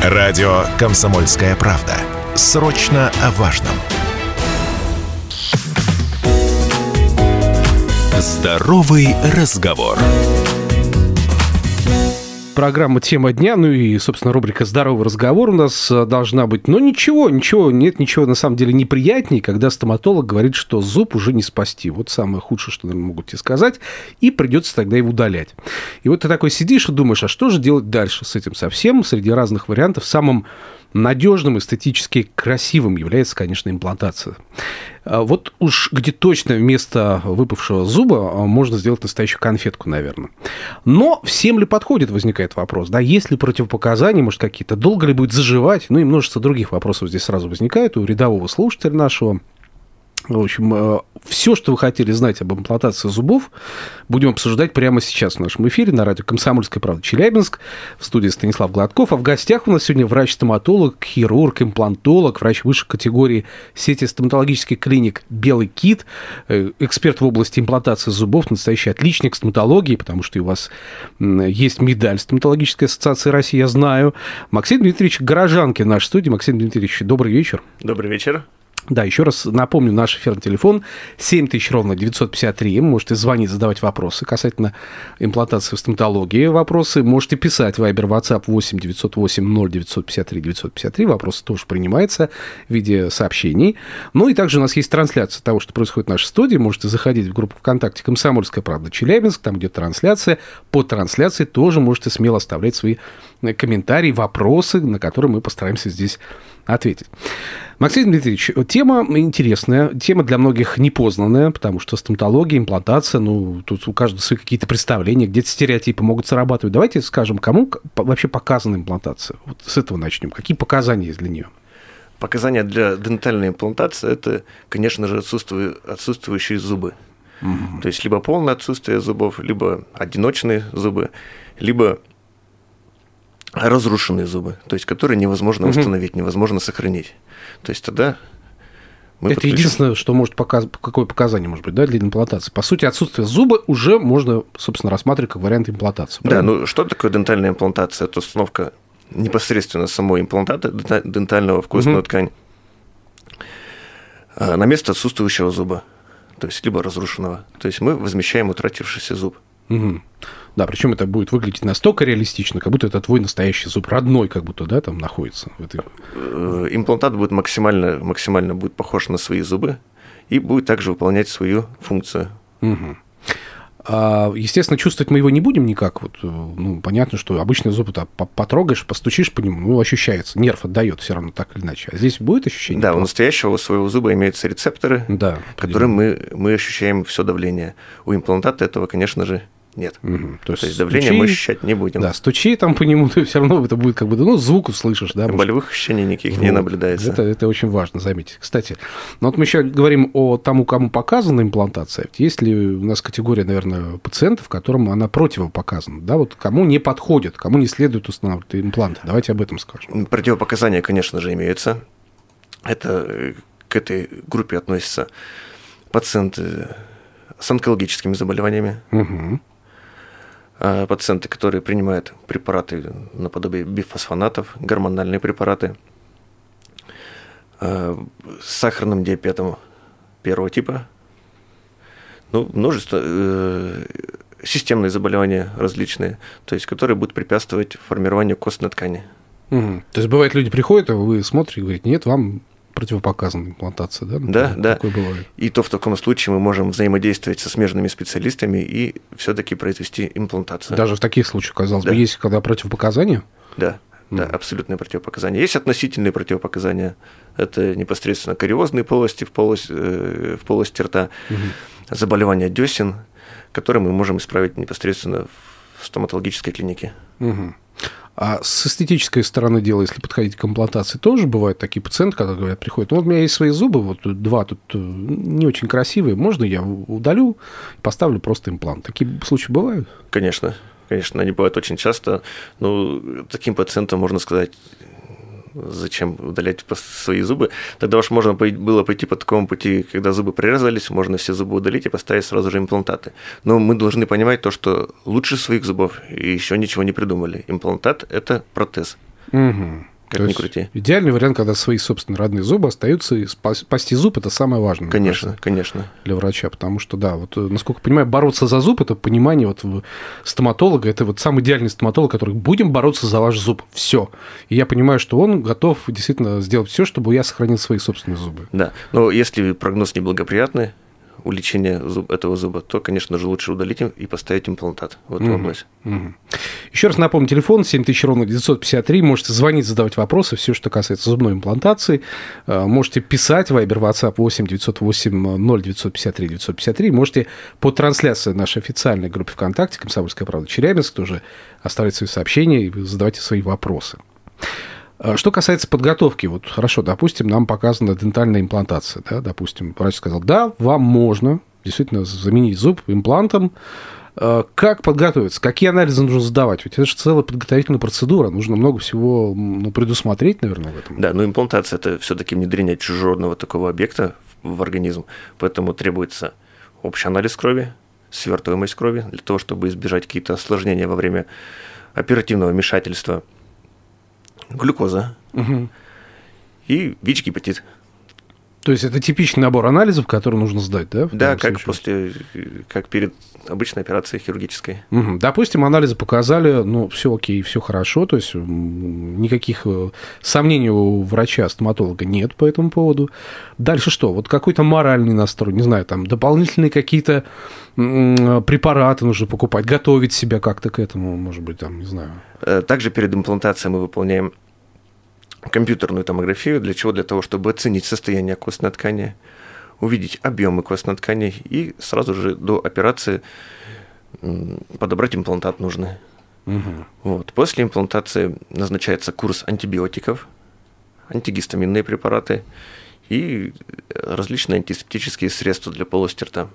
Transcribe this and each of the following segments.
Радио «Комсомольская правда». Срочно о важном. Здоровый разговор. Программа «Тема дня», ну и, собственно, рубрика «Здоровый разговор» у нас должна быть. Но нет ничего на самом деле неприятнее, когда стоматолог говорит, что зуб уже не спасти. Вот самое худшее, что, наверное, могут тебе сказать, и придется тогда его удалять. И вот ты такой сидишь и думаешь, а что же делать дальше с этим совсем? Среди разных вариантов самым надежным, эстетически красивым является, конечно, имплантация. Вот уж где точно вместо выпавшего зуба можно сделать настоящую конфетку, наверное. Но всем ли подходит, возникает вопрос. Да, есть ли противопоказания, может, какие-то, долго ли будет заживать? Ну и множество других вопросов здесь сразу возникает у рядового слушателя нашего. В общем, все, что вы хотели знать об имплантации зубов, будем обсуждать прямо сейчас в нашем эфире на радио «Комсомольская правда» Челябинск. В студии Станислав Гладков. А в гостях у нас сегодня врач-стоматолог, хирург, имплантолог, врач высшей категории сети стоматологических клиник «Белый кит», эксперт в области имплантации зубов, настоящий отличник стоматологии, потому что у вас есть медаль Стоматологической ассоциации России, я знаю. Максим Дмитриевич Горожанкин в нашей студии. Максим Дмитриевич, добрый вечер. Добрый вечер. Да, еще раз напомню, наш эфирный телефон 7000-953. Можете звонить, задавать вопросы касательно имплантации в стоматологии. Вопросы можете писать в Viber, WhatsApp 8-908-0953-953. Вопросы тоже принимаются в виде сообщений. Ну и также у нас есть трансляция того, что происходит в нашей студии. Можете заходить в группу ВКонтакте «Комсомольская правда» Челябинск. Там идет трансляция. Под трансляцией тоже можете смело оставлять свои комментарии, вопросы, на которые мы постараемся здесь ответить. Максим Дмитриевич, тема интересная, тема для многих непознанная, потому что стоматология, имплантация, ну, тут у каждого свои какие-то представления, где-то стереотипы могут срабатывать. Давайте скажем, кому вообще показана имплантация? Вот с этого начнем. Какие показания есть для нее? Показания для дентальной имплантации – это, конечно же, отсутствующие зубы. Угу. То есть, либо полное отсутствие зубов, либо одиночные зубы, либо разрушенные зубы, то есть которые невозможно восстановить, невозможно сохранить. То есть тогда мы это единственное, что может какое показание может быть, да, для имплантации. По сути, отсутствие зуба уже можно, собственно, рассматривать как вариант имплантации. Правильно? Да, ну что такое дентальная имплантация? Это установка непосредственно самой имплантата, дентального в костную ткань, на место отсутствующего зуба, то есть либо разрушенного. То есть мы возмещаем утратившийся зуб. Угу. Да, причем это будет выглядеть настолько реалистично, как будто это твой настоящий зуб, родной, как будто, да, там находится. Имплантат будет максимально будет похож на свои зубы и будет также выполнять свою функцию. Угу. Естественно, чувствовать мы его не будем никак. Вот, ну, понятно, что обычный зуб потрогаешь, постучишь по нему, ну, ощущается, нерв отдает все равно так или иначе. А здесь будет ощущение? Да, у настоящего своего зуба имеются рецепторы, да, которым мы ощущаем все давление. У имплантата этого, конечно же, нет. Угу. То есть давление мы ощущать не будем. Да, стучи там по нему, ты все равно это будет как бы, ну, звук услышишь, да. Болевых ощущений никаких не наблюдается. Это очень важно заметить. Кстати, ну вот мы еще говорим о тому, кому показана имплантация. Есть ли у нас категория, наверное, пациентов, которым она противопоказана, да, вот кому не подходит, кому не следует устанавливать импланты. Давайте об этом скажем. Противопоказания, конечно же, имеются. Это к этой группе относятся пациенты с онкологическими заболеваниями. Угу. Пациенты, которые принимают препараты наподобие бифосфонатов, гормональные препараты, с сахарным диабетом первого типа, ну, множество системные заболевания различные, то есть которые будут препятствовать формированию костной ткани. Угу. То есть бывает, люди приходят, а вы смотрите и говорите, нет, вам противопоказана имплантация, да? Да. Такое бывает. И то в таком случае мы можем взаимодействовать со смежными специалистами и все-таки произвести имплантацию. Даже в таких случаях, казалось бы, есть когда противопоказания? Да, абсолютные противопоказания. Есть относительные противопоказания. Это непосредственно кариозные полости в полости рта, заболевания десен, которые мы можем исправить непосредственно в стоматологической клинике. Угу. А с эстетической стороны дела, если подходить к имплантации, тоже бывают такие пациенты, когда говорят, приходят, ну, вот у меня есть свои зубы, вот два тут не очень красивые, можно я удалю, поставлю просто имплант? Такие случаи бывают? Конечно, они бывают очень часто. Ну, таким пациентам можно сказать, зачем удалять свои зубы. Тогда уж можно было пойти по такому пути, когда зубы прирезались, можно все зубы удалить и поставить сразу же имплантаты. Но мы должны понимать то, что лучше своих зубов еще ничего не придумали. Имплантат – это протез. Угу. как ни крути. Идеальный вариант, когда свои собственные родные зубы остаются, и спасти зуб – это самое важное. Конечно. Для врача, потому что, да, вот, насколько я понимаю, бороться за зуб – это понимание вот стоматолога, это вот самый идеальный стоматолог, который будем бороться за ваш зуб, все. И я понимаю, что он готов действительно сделать все, чтобы я сохранил свои собственные зубы. Да, но если прогноз неблагоприятный у лечения этого зуба, то, конечно же, лучше удалить и поставить имплантат в эту область. Еще раз напомню, телефон 7000-953, можете звонить, задавать вопросы, все, что касается зубной имплантации. Можете писать, Viber, WhatsApp 8-908-0953-953. Можете по трансляции нашей официальной группы ВКонтакте «Комсомольская правда Челябинск» тоже оставлять свои сообщения и задавайте свои вопросы. Что касается подготовки, вот хорошо, допустим, нам показана дентальная имплантация, да, допустим, врач сказал, да, вам можно действительно заменить зуб имплантом. Как подготовиться? Какие анализы нужно сдавать? Ведь это же целая подготовительная процедура, нужно много всего предусмотреть, наверное, в этом. Да, но имплантация – это все-таки внедрение чужеродного такого объекта в организм, поэтому требуется общий анализ крови, свертываемость крови, для того, чтобы избежать какие-то осложнения во время оперативного вмешательства, глюкоза и ВИЧ-гепатит. То есть это типичный набор анализов, который нужно сдать, да? Да, как перед обычной операцией хирургической. Допустим, анализы показали, все окей, все хорошо, то есть никаких сомнений у врача-стоматолога нет по этому поводу. Дальше что? Вот какой-то моральный настрой, не знаю, там дополнительные какие-то препараты нужно покупать, готовить себя как-то к этому, может быть, там, не знаю. Также перед имплантацией мы выполняем компьютерную томографию. Для чего? Для того, чтобы оценить состояние костной ткани, увидеть объемы костной ткани и сразу же до операции подобрать имплантат нужный. Вот. После имплантации назначается курс антибиотиков, антигистаминные препараты и различные антисептические средства для полости рта.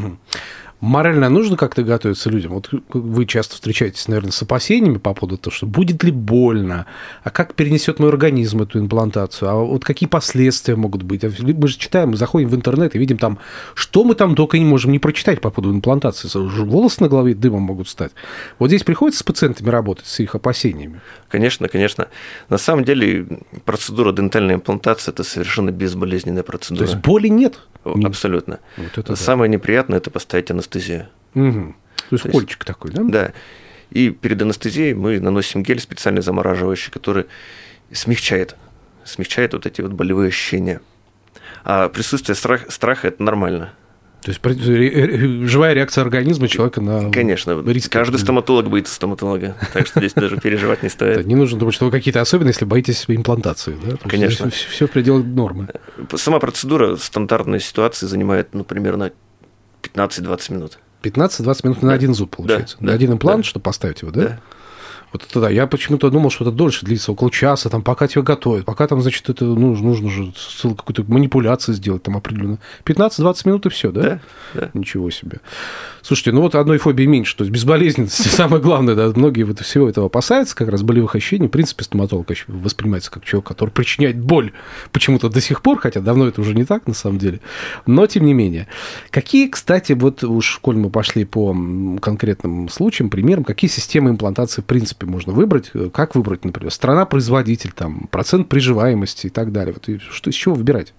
Морально нужно как-то готовиться людям? Вот вы часто встречаетесь, наверное, с опасениями по поводу того, что будет ли больно, а как перенесет мой организм эту имплантацию, а вот какие последствия могут быть. Мы же читаем, мы заходим в интернет и видим там, что мы там только не можем не прочитать по поводу имплантации. Волосы на голове дымом могут стать. Вот здесь приходится с пациентами работать, с их опасениями? Конечно. На самом деле процедура дентальной имплантации – это совершенно безболезненная процедура. То есть боли нет? Абсолютно. Вот самое неприятное – это поставить анестезию. То есть кольчик такой, да? Да. И перед анестезией мы наносим гель специально замораживающий, который смягчает вот эти вот болевые ощущения. А присутствие страха – это нормально. То есть живая реакция организма человека на Конечно. риски. Каждый стоматолог боится стоматолога, так что здесь даже переживать не стоит. Не нужно думать, что вы какие-то особенные, если боитесь имплантации. Да? Конечно. Все в пределах нормы. Сама процедура в стандартной ситуации занимает, примерно 15-20 минут. 15-20 минут на один зуб, получается? На один имплант, чтобы поставить его, да? Да. Вот это да. Я почему-то думал, что это дольше длится, около часа, там, пока тебя готовят, пока там, значит, это нужно же какую-то манипуляцию сделать там определенно. 15-20 минут и все, да? Да. Ничего себе. Слушайте, одной фобии меньше, то есть безболезненность, самое главное, да, многие вот всего этого опасаются, как раз болевых ощущений. В принципе, стоматолог воспринимается как человек, который причиняет боль почему-то до сих пор, хотя давно это уже не так, на самом деле, но тем не менее. Какие, кстати, вот уж, коль мы пошли по конкретным случаям, примерам, какие системы имплантации, в принципе, можно выбрать, как выбрать, например, страна-производитель, там, процент приживаемости и так далее, вот, и что, из чего выбирать?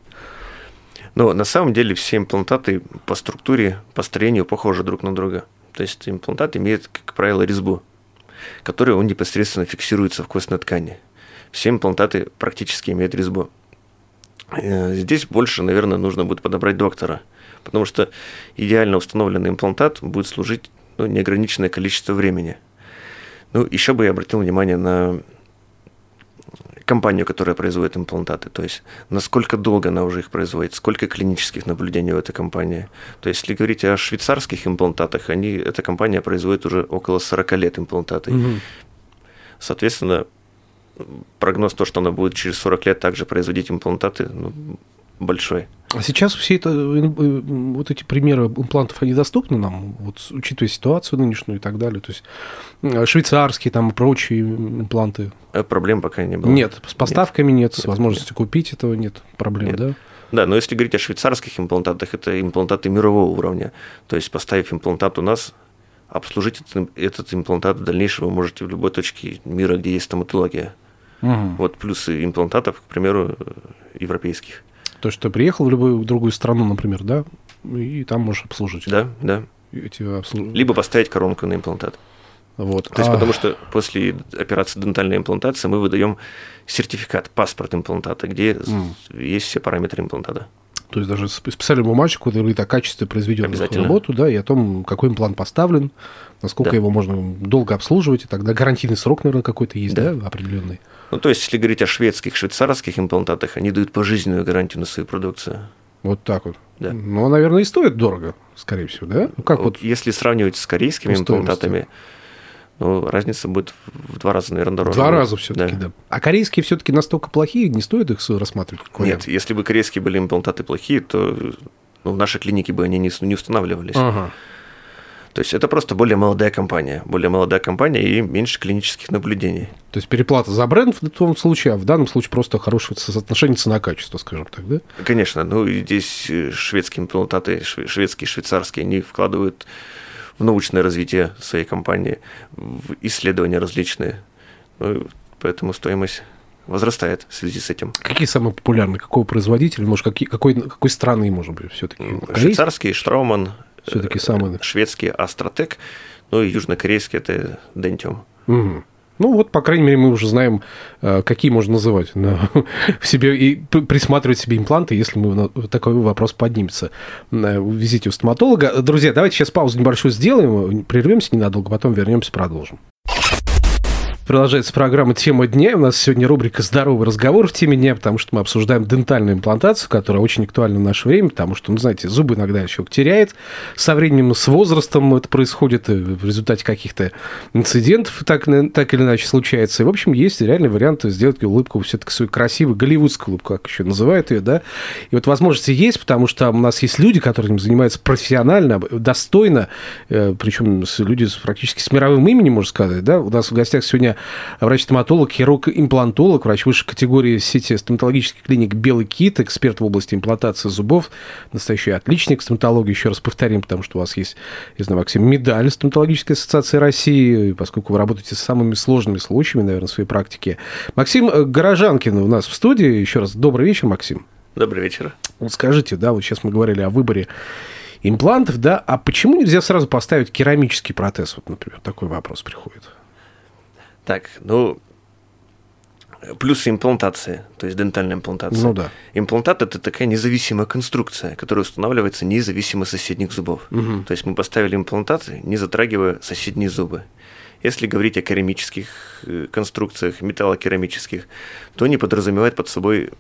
Но на самом деле все имплантаты по структуре, по строению похожи друг на друга. То есть имплантат имеет, как правило, резьбу, которой он непосредственно фиксируется в костной ткани. Все имплантаты практически имеют резьбу. Здесь больше, наверное, нужно будет подобрать доктора, потому что идеально установленный имплантат будет служить неограниченное количество времени. Еще бы я обратил внимание на компанию, которая производит имплантаты, то есть насколько долго она уже их производит, сколько клинических наблюдений в этой компании. То есть, если говорить о швейцарских имплантатах, эта компания производит уже около 40 лет имплантаты. Соответственно, прогноз то, что она будет через 40 лет также производить имплантаты, большой. А сейчас все вот эти примеры имплантов, они доступны нам, вот, учитывая ситуацию нынешнюю и так далее? То есть швейцарские там и прочие импланты? Проблем пока не было. Нет, с поставками нет, с возможностью купить этого нет проблем, да? Да, но если говорить о швейцарских имплантатах, это имплантаты мирового уровня. То есть, поставив имплантат у нас, обслужить этот имплантат в дальнейшем вы можете в любой точке мира, где есть стоматология. Вот плюсы имплантатов, к примеру, европейских. То есть ты приехал в любую другую страну, например, да, и там можешь обслужить. Да. Либо поставить коронку на имплантат. Вот. То есть, потому что после операции дентальной имплантации мы выдаем сертификат, паспорт имплантата, где есть все параметры имплантата. То есть даже специальную бумажку, которая говорит о качестве произведенной работы, да, и о том, какой имплант поставлен, насколько его можно долго обслуживать, и тогда гарантийный срок, наверное, какой-то есть, да, определенный. Ну, то есть, если говорить о шведских, швейцарских имплантатах, они дают пожизненную гарантию на свою продукцию. Вот так вот. Да. Но, наверное, и стоит дорого, скорее всего, да? Ну, как вот если сравнивать с корейскими имплантатами, разница будет в 2 раза, наверное, дороже. 2 раза все-таки, да. А корейские все-таки настолько плохие, не стоит их рассматривать? Нет, если бы корейские были имплантаты плохие, то в нашей клинике бы они не устанавливались. Ага. То есть это просто более молодая компания и меньше клинических наблюдений. То есть переплата за бренд в том случае, а в данном случае просто хорошее соотношение цена-качество, скажем так, да? Конечно. И здесь шведские имплантаты, шведские, швейцарские, они вкладывают в научное развитие своей компании, в исследования различные. Поэтому стоимость возрастает в связи с этим. Какие самые популярные? Какого производителя? Может, какой страны, может быть, все-таки? Швейцарский Страуман, все-таки самый... шведский Астротек, и южнокорейский это Dentium. Угу. Ну, вот, по крайней мере, мы уже знаем, какие можно называть в себе и присматривать себе импланты, если такой вопрос поднимется в визите у стоматолога. Друзья, давайте сейчас паузу небольшую сделаем, прервемся ненадолго, потом вернемся, продолжим. Продолжается программа «Тема дня». У нас сегодня рубрика «Здоровый разговор» в теме дня, потому что мы обсуждаем дентальную имплантацию, которая очень актуальна в наше время, потому что, знаете, зубы иногда человек теряет. Со временем, с возрастом это происходит в результате каких-то инцидентов, так или иначе случается. И, в общем, есть реальный вариант сделать улыбку все-таки свою красивую, голливудскую улыбку, как еще называют ее, да. И вот возможности есть, потому что у нас есть люди, которые этим занимаются профессионально, достойно, причем люди практически с мировым именем, можно сказать, да. У нас в гостях сегодня врач-стоматолог, хирург-имплантолог, врач высшей категории сети стоматологических клиник «Белый кит», эксперт в области имплантации зубов, настоящий отличник стоматологии, еще раз повторим, потому что у вас есть, я знаю, Максим, медаль Стоматологической ассоциации России, поскольку вы работаете с самыми сложными случаями, наверное, в своей практике. Максим Горожанкин у нас в студии. Еще раз добрый вечер, Максим. Добрый вечер. Вот скажите, да, вот сейчас мы говорили о выборе имплантов, да, а почему нельзя сразу поставить керамический протез? Вот, например, такой вопрос приходит. Так, плюсы имплантации, то есть дентальная имплантация. Ну да. Имплантат – это такая независимая конструкция, которая устанавливается независимо от соседних зубов. Угу. То есть мы поставили имплантат, не затрагивая соседние зубы. Если говорить о керамических конструкциях, металлокерамических, то они подразумевают под собой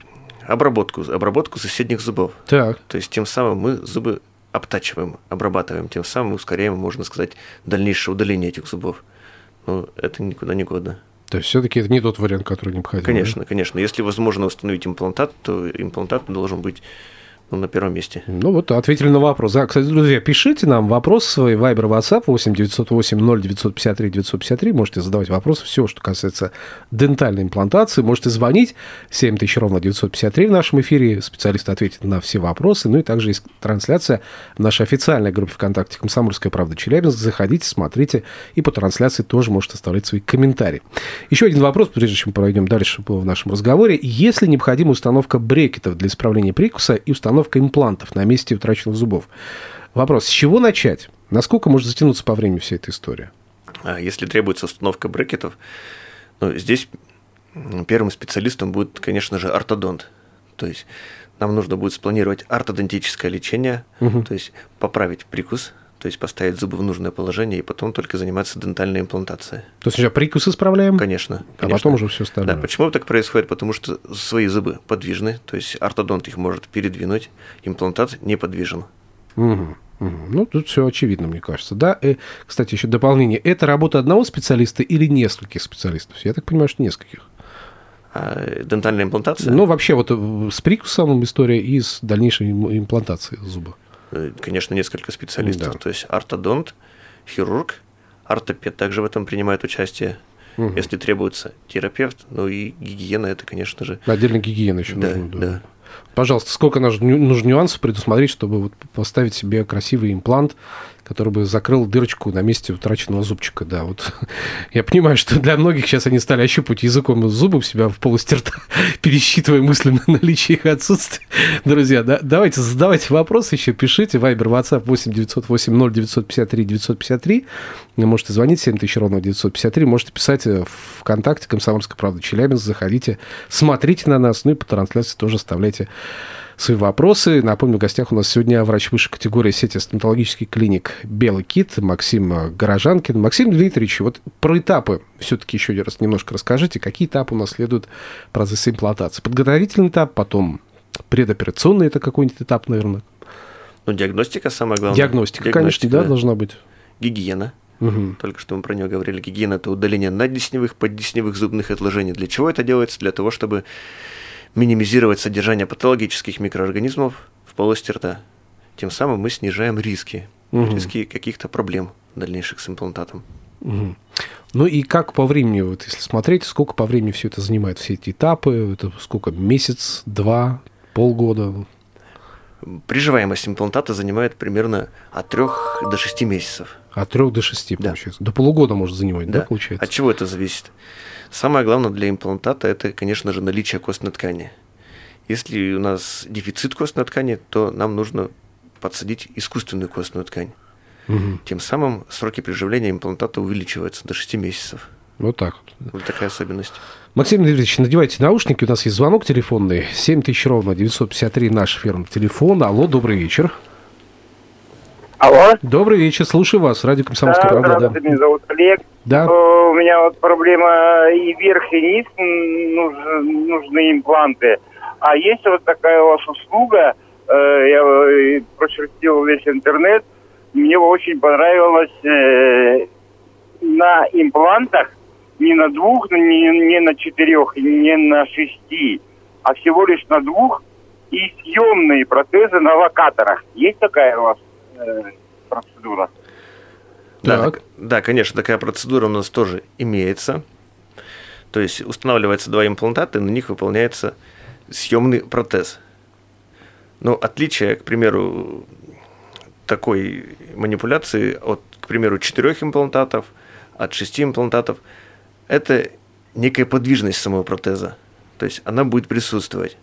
обработку соседних зубов. Так. То есть тем самым мы зубы обтачиваем, обрабатываем, тем самым ускоряем, можно сказать, дальнейшее удаление этих зубов. Но это никуда не годно. То есть все-таки это не тот вариант, который необходим? Конечно, да? Конечно. Если возможно установить имплантат, то имплантат должен быть на первом месте. Ну вот, ответили на вопрос. Да, кстати, друзья, пишите нам вопросы свои, Viber, WhatsApp, 8-908-0953-953. Можете задавать вопросы, все, что касается дентальной имплантации. Можете звонить, 7000 ровно 953 в нашем эфире. Специалист ответит на все вопросы. Ну и также есть трансляция в нашей официальной группе ВКонтакте «Комсомольская правда Челябинск». Заходите, смотрите, и по трансляции тоже можете оставлять свои комментарии. Еще один вопрос, прежде чем пройдем дальше в нашем разговоре. Есть ли необходима установка брекетов для исправления прикуса и установка имплантов на месте утраченных зубов? Вопрос, с чего начать? Насколько может затянуться по времени вся эта история? Если требуется установка брекетов, здесь первым специалистом будет, конечно же, ортодонт. То есть нам нужно будет спланировать ортодонтическое лечение, то есть поправить прикус, то есть поставить зубы в нужное положение и потом только заниматься дентальной имплантацией. То есть сначала прикус исправляем? Конечно. А потом уже все остальное. Да, почему так происходит? Потому что свои зубы подвижны, то есть ортодонт их может передвинуть, имплантат неподвижен. Угу. Ну, тут все очевидно, мне кажется. Да? И, кстати, еще дополнение. Это работа одного специалиста или нескольких специалистов? Я так понимаю, что нескольких. Дентальная имплантация? Ну, вообще, вот с прикусом история и с дальнейшей имплантацией зуба. Конечно, несколько специалистов. Да. То есть ортодонт, хирург, ортопед также в этом принимает участие. Угу. Если требуется терапевт, и гигиена, это, конечно же... Отдельно гигиена еще да, нужна. Да. Пожалуйста, сколько нужно нюансов предусмотреть, чтобы вот поставить себе красивый имплант, который бы закрыл дырочку на месте утраченного зубчика. Да, вот я понимаю, что для многих сейчас они стали ощупывать языком зубы у себя в полости рта, пересчитывая мысленно наличие их отсутствия. Друзья, давайте задавайте вопросы еще, пишите. Вайбер, WhatsApp 8 908 0953 953. Вы можете звонить 7000 ровно 953. Можете писать в ВКонтакте «Комсомольская правда» Челябинск. Заходите, смотрите на нас. Ну и по трансляции тоже оставляйте свои вопросы. Напомню, в гостях у нас сегодня врач высшей категории сети стоматологических клиник «Белый кит» Максим Горожанкин. Максим Дмитриевич, вот про этапы все-таки еще раз немножко расскажите. Какие этапы у нас следуют в процессе имплантации? Подготовительный этап, потом предоперационный, это какой-нибудь этап, наверное. Ну, диагностика самое главное. Диагностика, конечно, да, должна быть. Гигиена. Только что мы про нее говорили. Гигиена – это удаление наддесневых, поддесневых зубных отложений. Для чего это делается? Для того, чтобы минимизировать содержание патологических микроорганизмов в полости рта. Тем самым мы снижаем риски каких-то проблем дальнейших с имплантатом. Ну и как по времени, вот если смотреть, сколько по времени все это занимает, все эти этапы, это сколько, месяц, 2, полгода? Приживаемость имплантата занимает примерно от 3 до 6 месяцев. От 3 до 6, получается. До полугода может занимать, да, получается? От чего это зависит? Самое главное для имплантата – это, конечно же, наличие костной ткани. Если у нас дефицит костной ткани, то нам нужно подсадить искусственную костную ткань. Тем самым сроки приживления имплантата увеличиваются до 6 месяцев. Вот так вот. Вот такая особенность. Максим Дмитриевич, надевайте наушники, у нас есть звонок телефонный. 7000 ровно 953 наш фирменный телефон. Алло, добрый вечер. Алло. Добрый вечер, слушаю вас. Радио «Комсомольская правда». Здравствуйте, меня зовут Олег. Да. У меня вот проблема и верх, и низ, нужны импланты. А есть вот такая у вас услуга, я прочертил весь интернет, мне очень понравилось на имплантах не на 2, не на 4, не на 6, а всего лишь на 2 и съемные протезы на локаторах. Есть такая у вас процедура? Да, конечно, такая процедура у нас тоже имеется. То есть устанавливается 2 имплантата, и на них выполняется съемный протез. Но отличие, к примеру, такой манипуляции от, к примеру, 4 имплантатов, от 6 имплантатов, это некая подвижность самого протеза. То есть она будет присутствовать.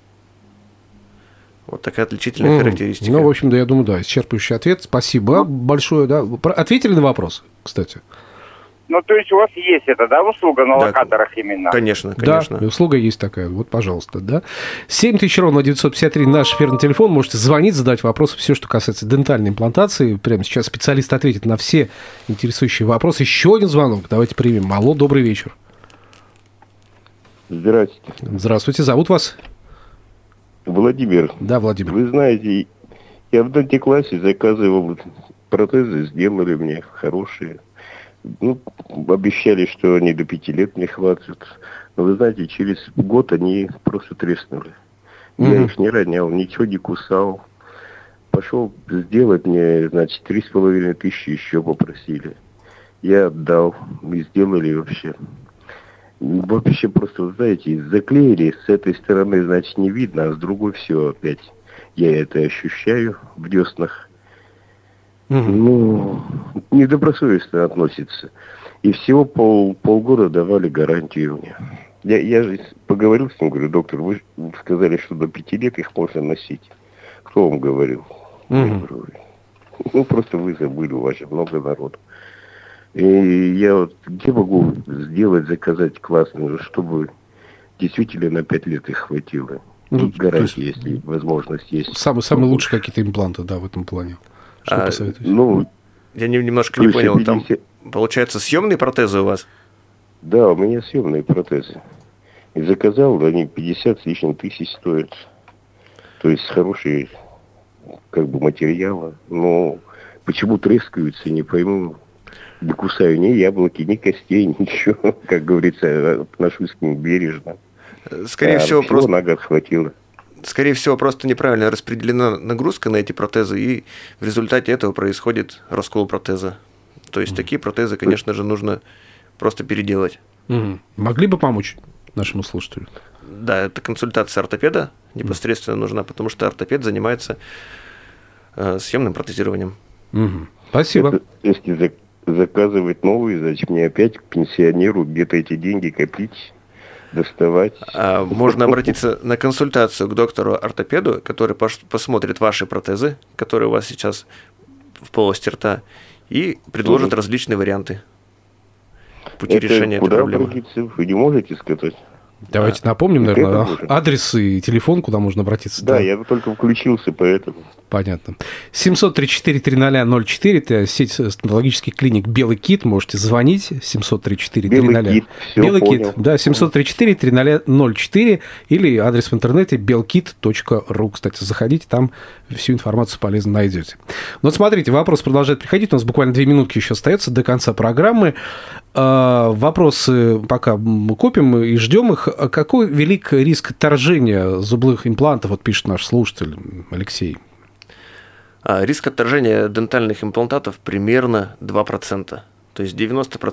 Вот такая отличительная характеристика. Ну, в общем, да, я думаю, да, исчерпывающий ответ. Спасибо большое. Да. Ответили на вопрос, кстати? Ну, то есть у вас есть это, да, услуга на локаторах именно? Конечно. Да, услуга есть такая. Вот, пожалуйста, да. 7000 ровно 953 наш эфирный телефон. Можете звонить, задавать вопросы. Все, что касается дентальной имплантации. Прямо сейчас специалист ответит на все интересующие вопросы. Еще один звонок. Давайте примем. Алло, добрый вечер. Здравствуйте. Здравствуйте. Зовут вас? Владимир. Да, Владимир. Вы знаете, я в дантиклассе заказывал протезы, сделали мне хорошие. Ну, обещали, что они до 5 лет мне хватит. Но вы знаете, через год они просто треснули. Я их не ронял, ничего не кусал. Пошел сделать мне, значит, 3500 еще попросили. Я отдал, и сделали вообще. Вообще просто, вы знаете, заклеили, с этой стороны, значит, не видно, а с другой все опять. Я это ощущаю в деснах. Ну, недобросовестно относится. И всего полгода давали гарантию мне. Я же поговорил с ним, говорю, доктор, вы сказали, что до 5 лет их можно носить. Кто вам говорил? Ну, просто вы забыли, у вас же много народу. И я вот где могу сделать, заказать классную, чтобы действительно на 5 лет их хватило? Ну, гарантия, если возможность есть. Самые лучшие какие-то импланты, да, в этом плане. Что посоветуете? Ну, я немножко не понял. 50... Там, получается, съемные протезы у вас? Да, у меня съемные протезы. И заказал, они 50 с лишним тысяч стоят. То есть хорошие, как бы, материалы. Но почему трескаются, не пойму. Не кусаю ни яблоки, ни костей, ничего. Как говорится, отношусь к ним бережно. Скорее всего, просто на год хватило. Скорее всего, просто неправильно распределена нагрузка на эти протезы, и в результате этого происходит раскол протеза. То есть такие протезы, конечно же, нужно просто переделать. Могли бы помочь нашему слушателю? Да, это консультация ортопеда непосредственно нужна, потому что ортопед занимается съемным протезированием. Спасибо. Если заказывать новые, значит, мне опять к пенсионеру где-то эти деньги копить, доставать. Можно обратиться на консультацию к доктору-ортопеду, который посмотрит ваши протезы, которые у вас сейчас в полости рта, и предложит различные варианты пути решения этой проблемы. Обратиться? Вы не можете сказать? Давайте напомним, наверное, адрес и телефон, куда можно обратиться. Да, я только включился, поэтому. Понятно. 734-0004, это сеть стоматологических клиник «Белый кит», можете звонить, 734-0004. Белый кит, все, «Белый понял. кит», да, 734-0004, или адрес в интернете belkit.ru. Кстати, заходите, там всю информацию полезно найдете. Но вот смотрите, вопрос продолжает приходить, у нас буквально 2 минутки еще остается до конца программы. Вопросы пока мы копим и ждем их. Какой велик риск отторжения зубных имплантов, вот пишет наш слушатель Алексей? Риск отторжения дентальных имплантатов примерно 2%. То есть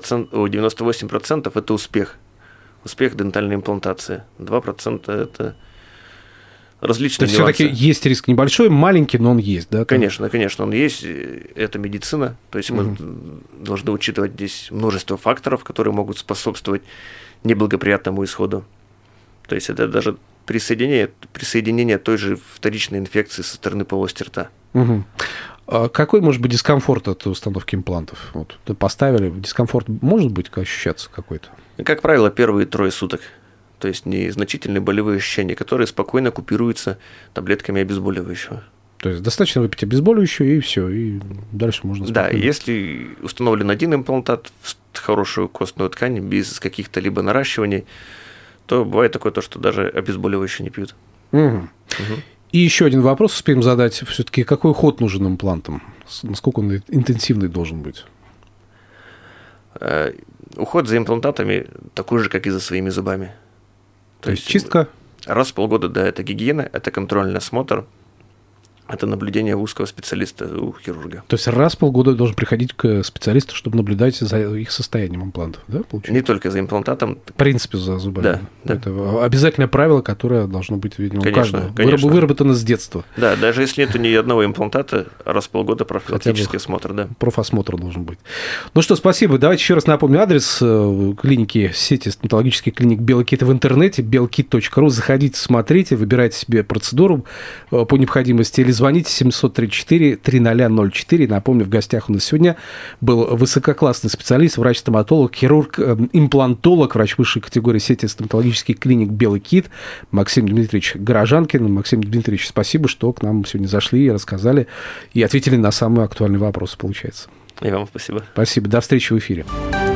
98% это успех. Успех дентальной имплантации. 2% это различные нюансы. То есть все-таки есть риск небольшой, маленький, но он есть, да? Конечно, он есть. Это медицина. То есть мы должны учитывать здесь множество факторов, которые могут способствовать неблагоприятному исходу. То есть это даже присоединение той же вторичной инфекции со стороны полости рта. Угу. А какой может быть дискомфорт от установки имплантов? Вот, поставили, дискомфорт может быть ощущаться какой-то? Как правило, первые 3 суток. То есть незначительные болевые ощущения, которые спокойно купируются таблетками обезболивающего. То есть достаточно выпить обезболивающее, и все, и дальше можно спокойно. Да, если установлен один имплантат в хорошую костную ткань, без каких-то либо наращиваний, то бывает такое, что даже обезболивающее не пьют. И еще один вопрос успеем задать. Все-таки какой уход нужен имплантам? Насколько он интенсивный должен быть? Уход за имплантатами такой же, как и за своими зубами. То есть чистка? Раз в полгода, да, это гигиена, это контрольный осмотр, это наблюдение узкого специалиста, у хирурга. То есть раз в полгода должен приходить к специалисту, чтобы наблюдать за их состоянием имплантов, да, получается? Не только за имплантатом. В принципе, за зубами. Да. Это обязательное правило, которое должно быть, видимо, у каждого. Конечно. Выработано с детства. Да, даже если нет ни одного имплантата, раз в полгода профилактический осмотр, да. Профосмотр должен быть. Ну что, спасибо. Давайте еще раз напомню адрес клиники, сети стоматологических клиник «Белый кит» в интернете, belkit.ru. Заходите, смотрите, выбирайте себе процедуру по необходимости или звоните 734-0004. Напомню, в гостях у нас сегодня был высококлассный специалист, врач-стоматолог, хирург, имплантолог, врач высшей категории сети стоматологических клиник «Белый кит» Максим Дмитриевич Горожанкин. Максим Дмитриевич, спасибо, что к нам сегодня зашли и рассказали, и ответили на самые актуальные вопросы, получается. И вам спасибо. Спасибо. До встречи в эфире.